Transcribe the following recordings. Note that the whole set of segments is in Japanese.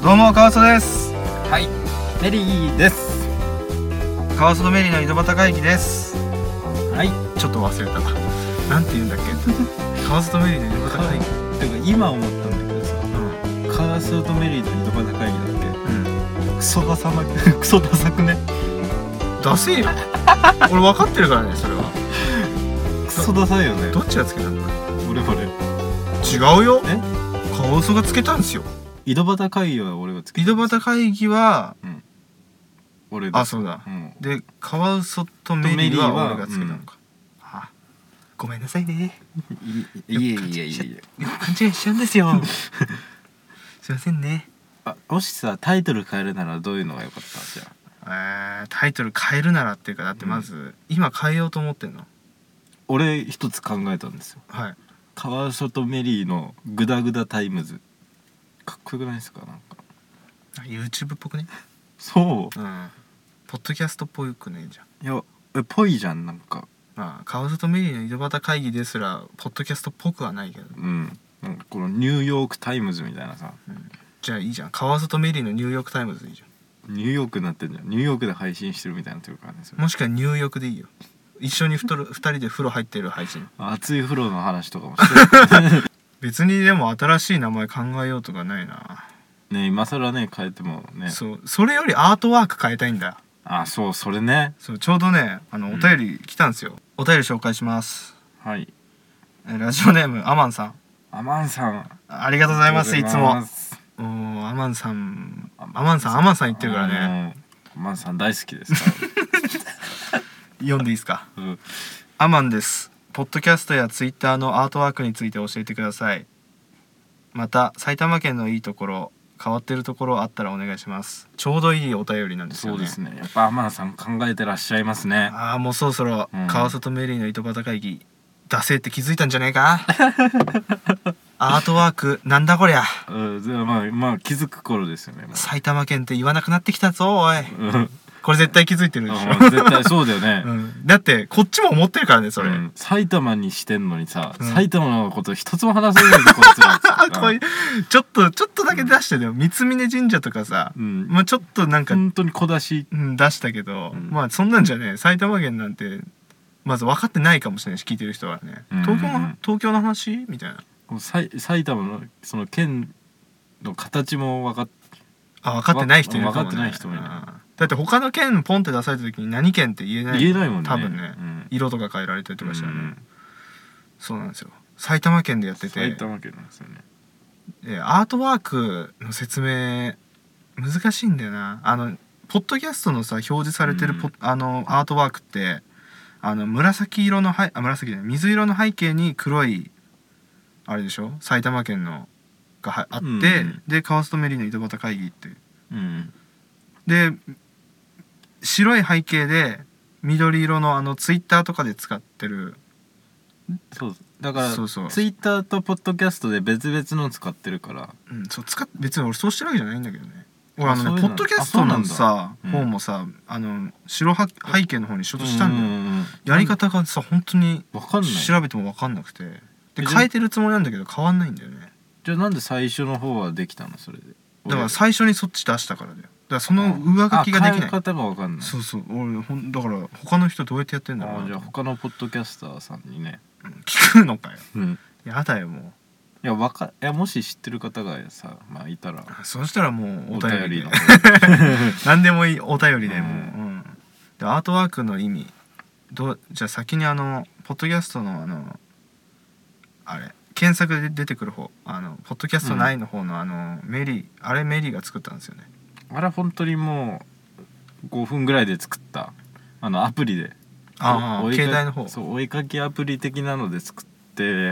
どうもカワソです。 はい、メリーです。 カワソとメリーの井戸端会議です。 はい、 ちょっと忘れた。なんて言うんだっけカワソとメリーの井戸端会議てか今思ったんだけどさ、カワソとメリーの井戸端会議だっけ、クソダサくね。 ダセえよ俺分かってるからね、それは。 クソダサいよね。 どっちがつけたんだ。 俺違うよ。カワソがつけたんですよ。 井戸端会議は俺がつけた。 井戸端会議は、 俺あ、そうだ、でカワソとメリーは俺がつけたのか、ごめんなさいね。 いえ勘違いしちゃうんですよすいませんね。 もしさタイトル変えるならどういうのが良かった？じゃあタイトル変えるならっていうか、だってまず、今変えようと思ってんの。 俺一つ考えたんですよ。 はい。 カワソとメリーのグダグダタイムズ、かっこよくないですか？なんか YouTube っぽくね。 そう、 ポッドキャストっぽくねえじゃん。 いやぽいじゃん。なんかカワソとメリーの井戸端会議ですらポッドキャストっぽくはないけど、 なんかこのニューヨークタイムズみたいなさ、 じゃあいいじゃん。カワソとメリーのニューヨークタイムズでいいじゃニューヨークになってんじゃん。ニューヨークで配信してるみたいになってるからね。それん。もしくはニューヨークでいいよ。一緒に2人で風呂入ってる配信。 熱い風呂の話とかもしてる別にでも新しい名前考えようとかないな。 ね、今更ね変えてもね。 それよりアートワーク変えたいんだ。 そうそれね。 ちょうどねお便り来たんですよ。お便り紹介します。 はい。 ラジオネームアマンさん。ありがとうございます。いつもアマンさん言ってるからね。 アマンさん大好きですから読んでいいですか？アマンです。ポッドキャストやツイッターのアートワークについて教えてください。また埼玉県のいいところ、変わってるところあったらお願いします。ちょうどいいお便りなんですよね。 そうですね。やっぱアマンさん考えてらっしゃいますね。 もうそろそろカワソとメリーの井戸端会議出せって気づいたんじゃないかアートワークなんだこりゃ。 まあ気づく頃ですよね。 埼玉県って言わなくなってきたぞおいこれ絶対気づいてるでしょ絶対そうだよね、 だってこっちも思ってるからねそれ、 埼玉にしてんのにさ、埼玉のこと一つも話せないでこいつらこういうちょっとだけ出してよ。三峯神社とかさ、まあちょっとなんか本当に小出し、 出したけど、まあそんなんじゃね、埼玉県なんてまず分かってないかもしれないし、聞いてる人はね、東京の話みたいな。 埼玉のその県の形も分かってない人いるかもね。 分かってない人もいる。 だって他の県ポンって出された時に何県って言えないもんね。 多分ね、色とか変えられたりとかしたらね、そうなんですよ。埼玉県でやってて、 埼玉県なんですよね。 アートワークの説明難しいんだよな。ポッドキャストのさ表示されてるアートワークって紫色の紫じゃない、水色の背景に黒いあれでしょ、埼玉県のがあって、でカワソとメリーの井戸端会議って、で白い背景で緑色のツイッターとかで使ってる。 そうだからツイッターとポッドキャストで別々の使ってるから、 別に俺そうしてるわけじゃないんだけどね。俺ポッドキャストのさ方もさ白背景の方にしようとしたんだよ。やり方がさ本当に調べても分かんなくて、で変えてるつもりなんだけど変わんないんだよね。 じゃあなんで最初の方はできたの？それでだから最初にそっち出したからだよ。だからその上書きができない。 変え方が分かんない。 そう俺だから他の人どうやってやってんだろうな。 じゃあ他のポッドキャスターさんにね聞くのかよ。やだよもう。 いやもし知ってる方がさいたら、 そうしたらもうお便り何でもいいお便りでもでアートワークの意味じゃあ先にポッドキャストのあれ検索で出てくる方ポッドキャスト内の方のメリーが作ったんですよね。 あれ本当にもう5分ぐらいで作ったアプリで携帯の方お絵かきアプリ的なので作って、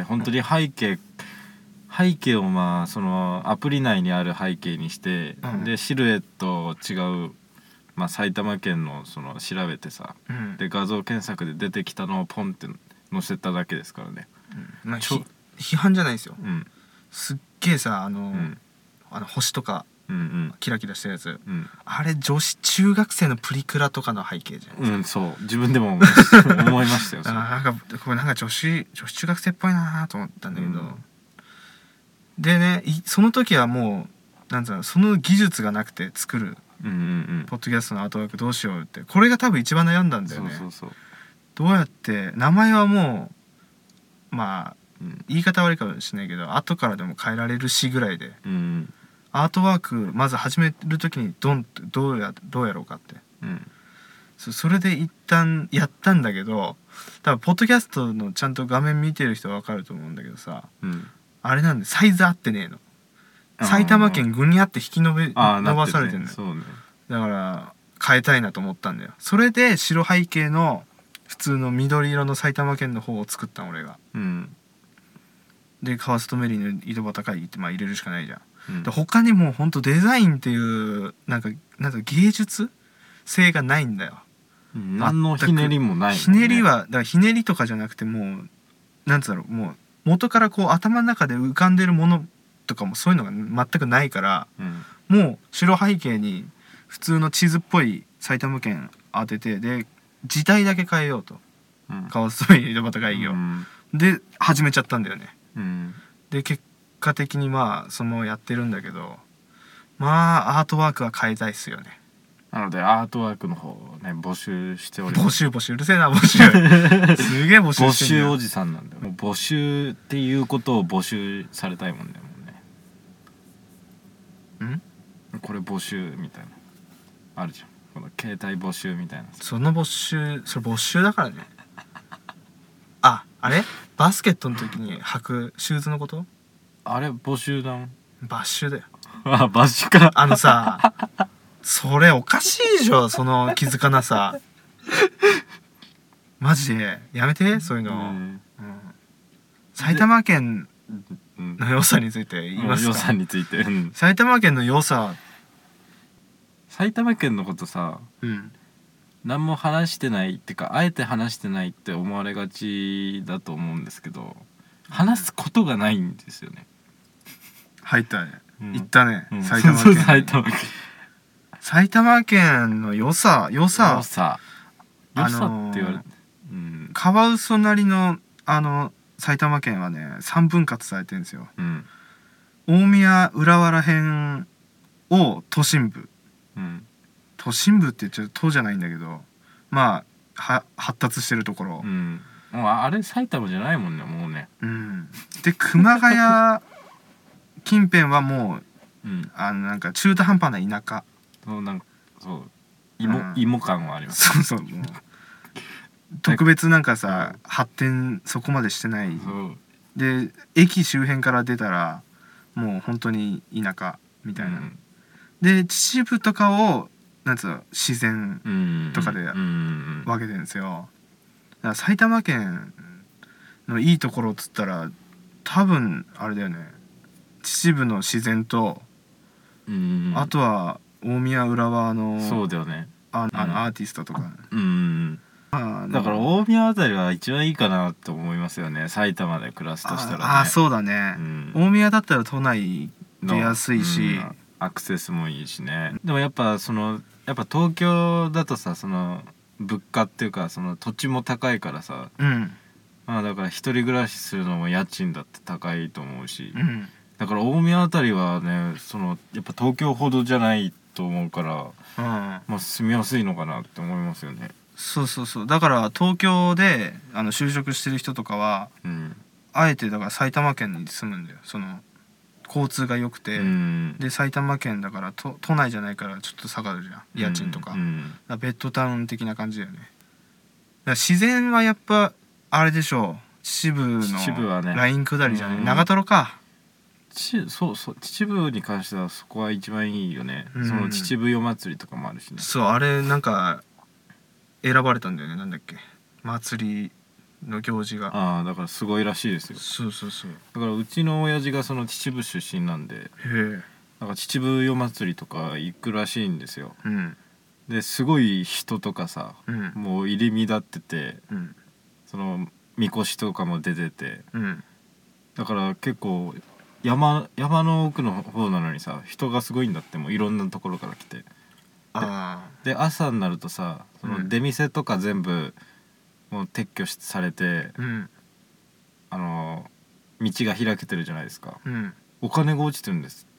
本当に背景をそのアプリ内にある背景にして、でシルエット違う埼玉県のその調べてさ、で画像検索で出てきたのをポンって載せただけですからね。 批判じゃないですよ。すっげえさ星とかキラキラしたやつ、あれ女子中学生のプリクラとかの背景じゃん。 そう自分でも思いましたよこれなんか女子中学生っぽいなと思ったんだけど、でねその時はもうなんつうの、その技術がなくて作るうんうんうんポッドキャストのアートワークどうしようって、これが多分一番悩んだんだよそうね。 そうそうどうやって名前はもうまあうん言い方悪いかもしれないけど後からでも変えられるしぐらいで、 うんアートワークまず始める時にどうやろうかって、 うんそれで一旦やったんだけど、多分ポッドキャストのちゃんと画面見てる人は分かると思うんだけどさ、 うんあれなんでサイズ合ってねえの。埼玉県ぐにゃって引き伸ばされてるんだよ。 そうねだから変えたいなと思ったんだよ。それで白背景の普通の緑色の埼玉県の方を作ったの俺が。 うんでカワストメリーの井戸端会議ってまあ入れるしかないじゃん。 うんで他にもほんとデザインっていうなんか芸術性がないんだよ。 何のひねりもないもんね。 ひねりはだからひねりとかじゃなくて、もうなんつうだろう、もう元からこう頭の中で浮かんでるものとかもそういうのが全くないから、 うんもう白背景に普通の地図っぽい埼玉県当てて、で字体だけ変えようと、 うん川添井戸端会議を、 うんで始めちゃったんだよね。 うんで結果的にまあそのやってるんだけど、まあアートワークは変えたいっすよね。 なのでアートワークの方をね募集しております。 募集うるせえな、募集すげえ募集募してんだよ。 集おじさんなんだよ。もう募集っていうことを募集されたいもんね。もうねこれ募集みたいなあるじゃん。この携帯募集みたいな。 その募集、それ募集だからね。あれバスケットの時に履くシューズのこと？ あれ募集だもん。 バッシュだよ。 あバッシュか。 あのさそれおかしいでしょ、その気づかなさ。マジでやめてそういうの、 うん埼玉県うんの良さについて言いますか。 予算について、うん埼玉県の良さ、 埼玉県のことさ何も話してないってかあえて話してないって思われがちだと思うんですけど、話すことがないんですよね。 入ったね、 うん言ったね、 うん埼玉そう県埼玉県埼玉県の良さ良さって言われて、うんカワウソなりの埼玉県はね3分割されてるんですよ。 うん大宮浦和ら辺を都心部、 うん都心部って言っちゃうと都じゃないんだけど、まあ発達してるところ、 うんもうあれ埼玉じゃないもんねもうね。 で熊谷近辺はもううんなんか中途半端な田舎。 そうなんかそううん芋感はあります。 そうもう特別なんかさ発展そこまでしてないそうで、駅周辺から出たらもう本当に田舎みたいな、で秩父とかをなんつうの自然とかで分けてるんですよ。だから埼玉県のいいところっつったら多分あれだよね、秩父の自然と、あとは大宮浦和のそうだよね。 アーティストとか、 だから大宮あたりは一番いいかなと思いますよね、埼玉で暮らすとしたらね。 そうだね、大宮だったら都内出やすいし、 アクセスもいいしね。でもやっぱ東京だとさ、その物価っていうかその土地も高いからさ、まあだから一人暮らしするのも家賃だって高いと思うし、だから大宮あたりはねやっぱ東京ほどじゃないと思うから、まあ住みやすいのかなって思いますよね。 そうだから東京で就職してる人とかは、あえてだから埼玉県に住むんだよ。その交通が良くて、で埼玉県だから都内じゃないからちょっと下がるじゃん家賃とか、だからベッドタウン的な感じだよね。だから自然はやっぱあれでしょう、秩父のライン下りじゃない、長瀞か。秩父に関してはそこは一番いいよね。その秩父夜祭りとかもあるしね。 そうあれなんか選ばれたんだよね、なんだっけ、祭りの行事が。 だからすごいらしいですよ。 そうだからうちの親父がその秩父出身なんで、なんか秩父夜祭りとか行くらしいんですよ。ですごい人とかさ、もう入り乱ってて、そのみこしとかも出てて、だから結構山の奥の方なのにさ人がすごいんだって。もういろんなところから来て、で朝になるとさその出店とか全部もう撤去されて、道が開けてるじゃないですか、お金が落ちてるんですって。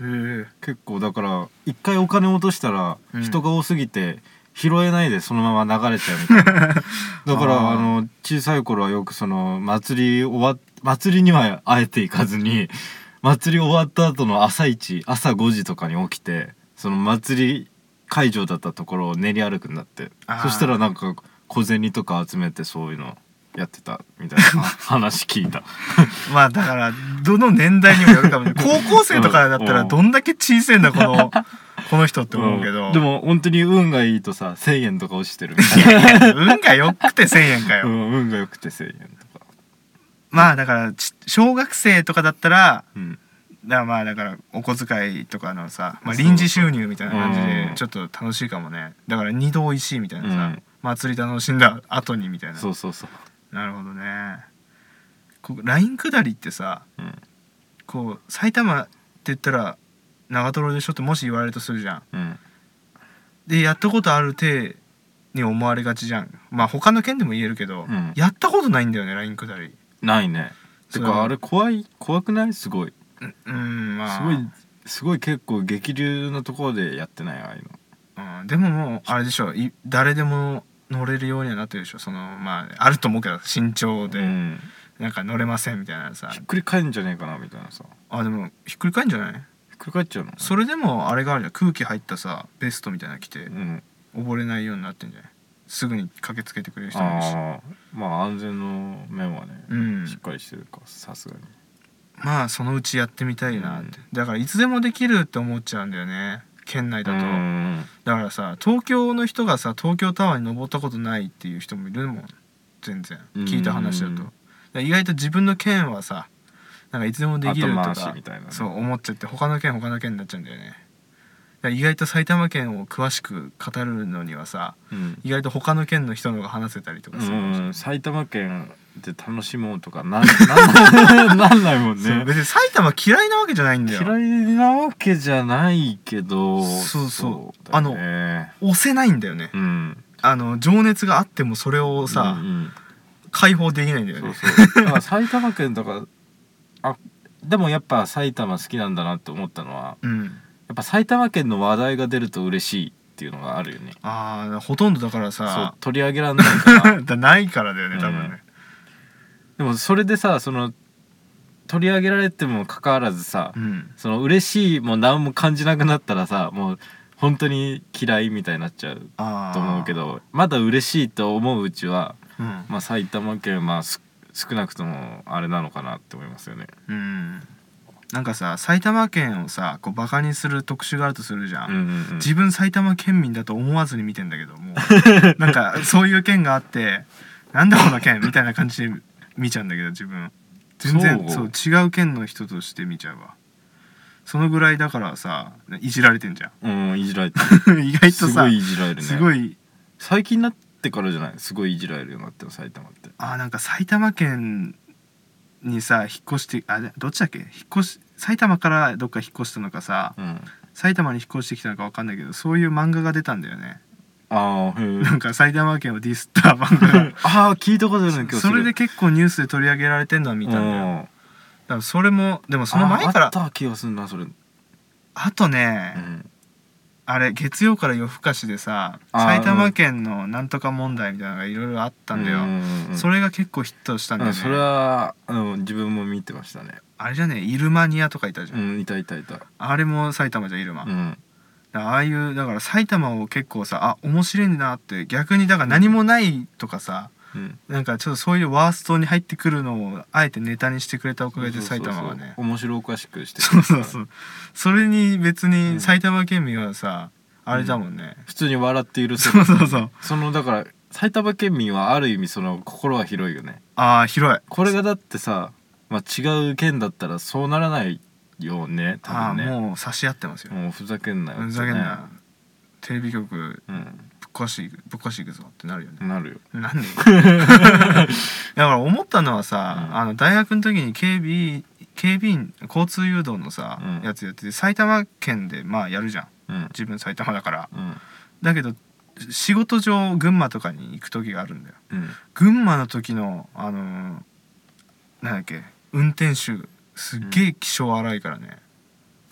え結構だから一回お金落としたら人が多すぎて拾えないでそのまま流れちゃうみたいなだから小さい頃はよくその祭りにはあえて行かずに祭り終わった後の朝5時とかに起きてその祭り会場だったところを練り歩くんだって。そしたらなんか小銭とか集めてそういうのやってたみたいな話聞いたまあだからどの年代にもよるかもしれない高校生とかだったらどんだけ小さいんだこの人って思うけど、 でも本当に運がいいとさ1,000円とか落ちてるみたいな運が良くて1,000円かよ、 運が良くて1,000円とか。 まあだから小学生とかだったら、 だからお小遣いとかのさ、臨時収入みたいな感じでちょっと楽しいかもね。だから二度おいしいみたいなさ、祭り楽しんだ後にみたいな。 そうなるほどね。ライン下りってさ、こう埼玉って言ったら長瀞でしょってもし言われるとするじゃん、でやったことある体に思われがちじゃん。まあ他の県でも言えるけど、やったことないんだよねライン下り。 ないね。てかあれ怖くない？すごいまあすごい結構激流のところでやってないああいうの、でももうあれでしょ、誰でも乗れるようにはなってるでしょ。まああると思うけど身長で、なんか乗れませんみたいなさ、 ひっくり返るんじゃねえかなみたいなさ。 でもひっくり返るんじゃない？ ひっくり返っちゃうの？ それでもあれがあるじゃん、空気入ったさベストみたいなの着て、溺れないようになってんじゃない？すぐに駆けつけてくれる人もいるし。 まあ安全の面はね、しっかりしてるかさすがに。 まあそのうちやってみたいなって、だからいつでもできるって思っちゃうんだよね県内だと。だからさ東京の人がさ東京タワーに登ったことないっていう人もいるもん全然聞いた話だと。意外と自分の県はさなんかいつでもできるとかそう思っちゃって他の県になっちゃうんだよね。意外と埼玉県を詳しく語るのにはさ、意外と他の県の人の方が話せたりとかする。 埼玉県で楽しもうとかなんないもんね。 別に埼玉嫌いなわけじゃないんだよ。 嫌いなわけじゃないけど、 そう押せないんだよね。情熱があってもそれをさ、解放できないんだよね。 だから埼玉県とかでもやっぱ埼玉好きなんだなって思ったのは、やっぱ埼玉県の話題が出ると嬉しいっていうのがあるよね。 ほとんどだからさ取り上げられないからないからだよね多分ね。 でもそれでさ取り上げられてもかかわらずさ、その嬉しいも何も感じなくなったらさもう本当に嫌いみたいになっちゃうと思うけど、まだ嬉しいと思ううちは、まあ埼玉県は少なくともあれなのかなって思いますよね。 なんかさ埼玉県をさこうバカにする特集があるとするじゃん、自分埼玉県民だと思わずに見てんだけどもなんかそういう県があってなんだこの県みたいな感じで見ちゃうんだけど自分全然そう違う県の人として見ちゃうわ。そのぐらいだからさいじられてんじゃん。 いじられて意外とさすごいいじられるね。 すごい最近になってからじゃないすごいいじられるようになってる埼玉って。 なんか埼玉県にさ引っ越してどっちだっけ埼玉からどっか引っ越したのかさ、埼玉に引っ越してきたのか分かんないけどそういう漫画が出たんだよね。なんか埼玉県をディスった漫画が聞いたことあるね。 それで結構ニュースで取り上げられてんのは見たんだよ。だからそれもでもその前からあった気がするなそれ。 あとね、あれ月曜から夜更かしでさ埼玉県のなんとか問題みたいなのがいろいろあったんだよ。それが結構ヒットしたんだよね。 それは自分も見てましたね。 あれじゃねイルマニアとかいたじゃん。 いた。 あれも埼玉じゃんイルマ。ああいうだから埼玉を結構さ面白いなって逆にだから何もないとかさ、なんかちょっとそういうワーストに入ってくるのをあえてネタにしてくれたおかげで埼玉はね面白おかしくしてそうそれに別に埼玉県民はさ、あれだもんね、 普通に笑っている。 そうだから埼玉県民はある意味その心は広いよね。 広い。 これがだってさ、違う県だったらそうならないよね多分ね。 もう差し合ってますよ。 もうふざけんなよ、 ふざけんなテレビ局ぶっ壊していくぞってなるよね。 なるよ。 なんでだから思ったのはさ、大学の時に警備員交通誘導のさ、やつやってて埼玉県でやるじゃん、自分埼玉だから、だけど仕事上群馬とかに行く時があるんだよ、群馬の時のなんだっけ運転手すっげえ気性荒いからね、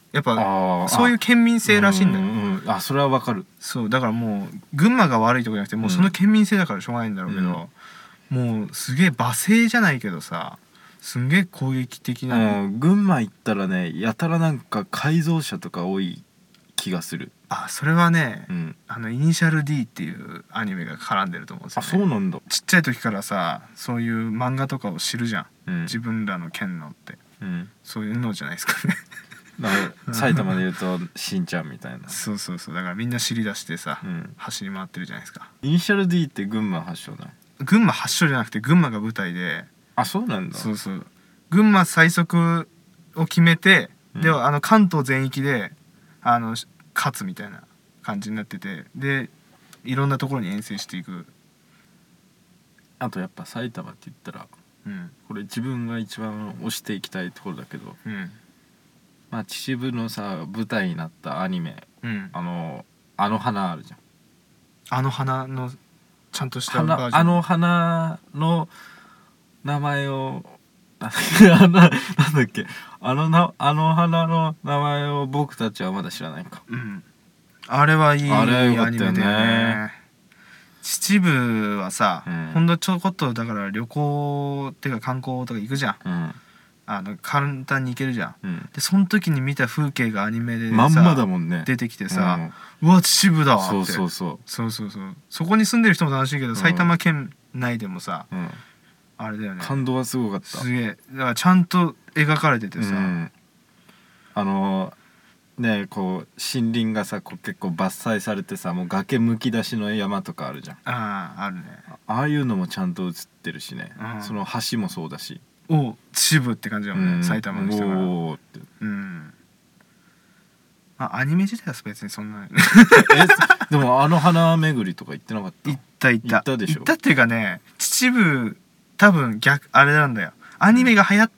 やっぱそういう県民性らしいんだよ。 あ、それはわかる。 そうだからもう群馬が悪いとかじゃなくてもうその県民性だからしょうがないんだろうけど、もうすげえ罵声じゃないけどさ、すんげえ攻撃的な、 群馬行ったらね、やたらなんか改造車とか多い気がする。 あ、それはね、イニシャル D っていうアニメが絡んでると思うんですよね。 あ、そうなんだ。 ちっちゃい時からさ、そういう漫画とかを知るじゃん、自分らの県のって、そういうのじゃないですかね。 だから埼玉で言うとしんちゃんみたいな。 そうそうそう、だからみんな知り出してさ、走り回ってるじゃないですか。 イニシャル D って群馬発祥だ。 群馬発祥じゃなくて群馬が舞台で。 あ、そうなんだ。 そうそう、群馬最速を決めて、では関東全域で勝つみたいな感じになってて、でいろんなところに遠征していく。 あとやっぱ埼玉って言ったら、これ自分が一番推していきたいところだけど、まあ秩父のさ舞台になったアニメ、あの花あるじゃん。 あの花のちゃんとしたバージョン。 あの花の名前をなんだっけ、あの花の名前を僕たちはまだ知らないか。 あれはいいあれはよかアニったよね。 メだよね。秩父はさ、ほんとちょこっとだから旅行っていうか観光とか行くじゃん、簡単に行けるじゃん、でその時に見た風景がアニメでさまんまだもんね、 出てきてさ、うわ秩父だって。 そうそこに住んでる人も楽しいけど、埼玉県内でもさ、あれだよね、 感動はすごかった。 すげえ、だからちゃんと描かれててさ、 ね、こう森林がさ、こう結構伐採されてさ、もう崖むき出しの山とかあるじゃん。 あるね。 ああいうのもちゃんと映ってるしね、その橋もそうだし、 お秩父って感じだもんね、埼玉の人が。 おーって、 アニメ自体は別にそんなでも花巡りとか行ってなかった？ 行ったでしょ。 行ったっていうかね、秩父多分あれなんだよ、アニメが流行って、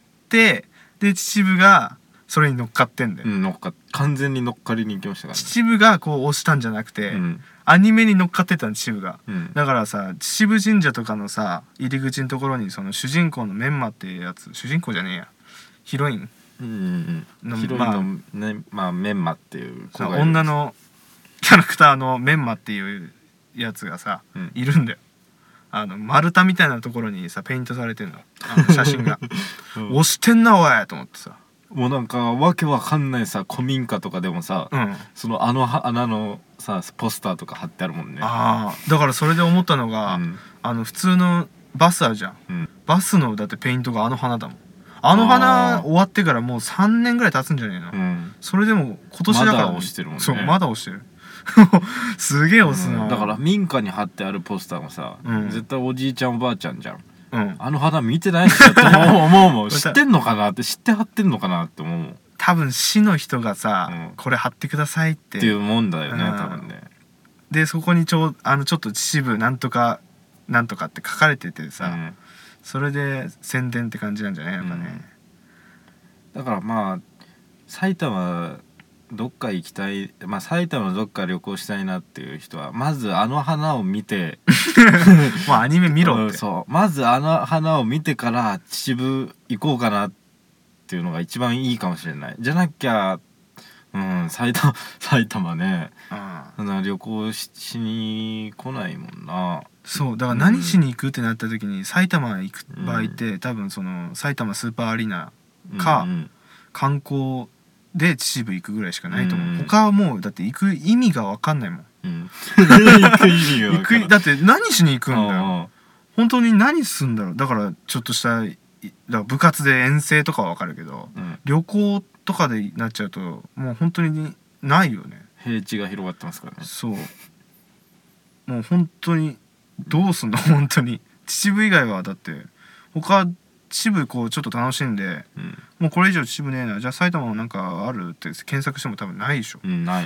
で秩父がそれに乗っかってんだよ、 完全に乗っかりに行きましたからね。 秩父がこう押したんじゃなくて、アニメに乗っかってたん秩父が、だからさ、秩父神社とかのさ入り口のところにその主人公のメンマっていうやつ、主人公じゃねえや、ヒロインの、ヒロインのね、メンマっていう子がいる、 女のキャラクターのメンマっていうやつがさ、いるんだよ。丸太みたいなところにさペイントされてんの、写真が押してんなおいと思ってさ、 もうなんかわけわかんないさ、古民家とかでもさ、その穴のさポスターとか貼ってあるもんね。 だからそれで思ったのが、普通のバスあるじゃん、バスのだってペイントが花だもん。花終わってからもう3年ぐらい経つんじゃねえの、それでも今年だから、 まだ押してるもんね。 そう、まだ押してるすげえ押すな、 だから民家に貼ってあるポスターもさ、絶対おじいちゃんおばあちゃんじゃん。花見てないんだって思うもん。知ってんのかなって、知って貼ってんのかなって思うもん。 多分市の人がさ、これ貼ってくださいっていうもんだよね、多分ね。 でそこにちょっと秩父なんとかなんとかって書かれててさ、それで宣伝って感じなんじゃないのかね、 だからまあ埼玉どっか行きたい、埼玉のどっか旅行したいなっていう人はまず花を見てもうアニメ見ろって、 そうまず花を見てから秩父行こうかなっていうのが一番いいかもしれない。じゃなきゃ埼玉ね、旅行しに来ないもんな。 そうだから何しに行くってなった時に埼玉行く場合って、多分その埼玉スーパーアリーナか、観光で秩父行くぐらいしかないと思う、他はもうだって行く意味が分かんないもん、 行く意味が分かんない。 だって何しに行くんだよ、本当に何すんだろう。だからちょっとしただから部活で遠征とかは分かるけど、旅行とかでなっちゃうともう本当にないよね。 平地が広がってますからね。 そうもう本当にどうすんだ本当に。秩父以外はだって他秩父こうちょっと楽しんで、もうこれ以上秩父ねえな、じゃあ埼玉のなんかあるって検索しても多分ないでしょ。 ない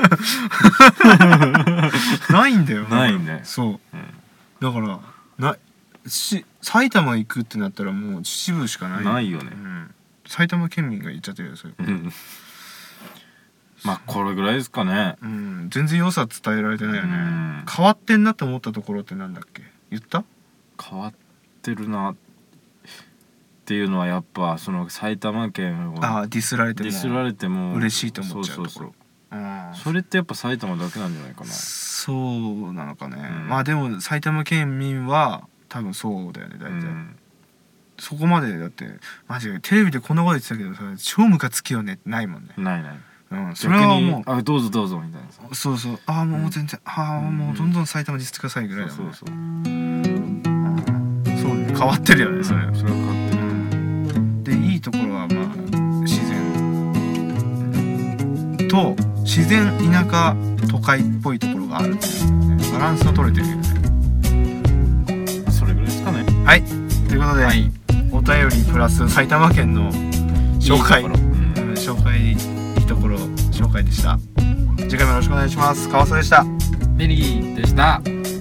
ないんだよ。 ないね。 そう、だから埼玉行くってなったらもう秩父しかないよね、 埼玉県民が言っちゃってるよそれ。 これぐらいですかね。 全然良さ伝えられてないよね。変わってんなって思ったところってなんだっけ、言った？ 変わってるな。 っていうのはやっぱその埼玉県をディスられても嬉しいと思っちゃうところ。 そうそれってやっぱ埼玉だけなんじゃないかな。 そうなのかね、まあでも埼玉県民は多分そうだよね大体、そこまでだってマジでテレビでこんなこと言ってたけどさ超ムカつきよねってないもんね。 ない、 それはもうどうぞどうぞみたいな。 そうもう全然もうどんどん埼玉ディスってくださいぐらいだもんね。そうね、変わってるよねそれは変わってる。でいいところはまあ自然と自然田舎都会っぽいところがあるっていう、ね、バランスが取れてるよね。 それぐらいですかね。 はい、ということで、お便りプラス埼玉県の紹介いいところ紹介でした。次回もよろしくお願いします。川瀬でした。 メリーでした。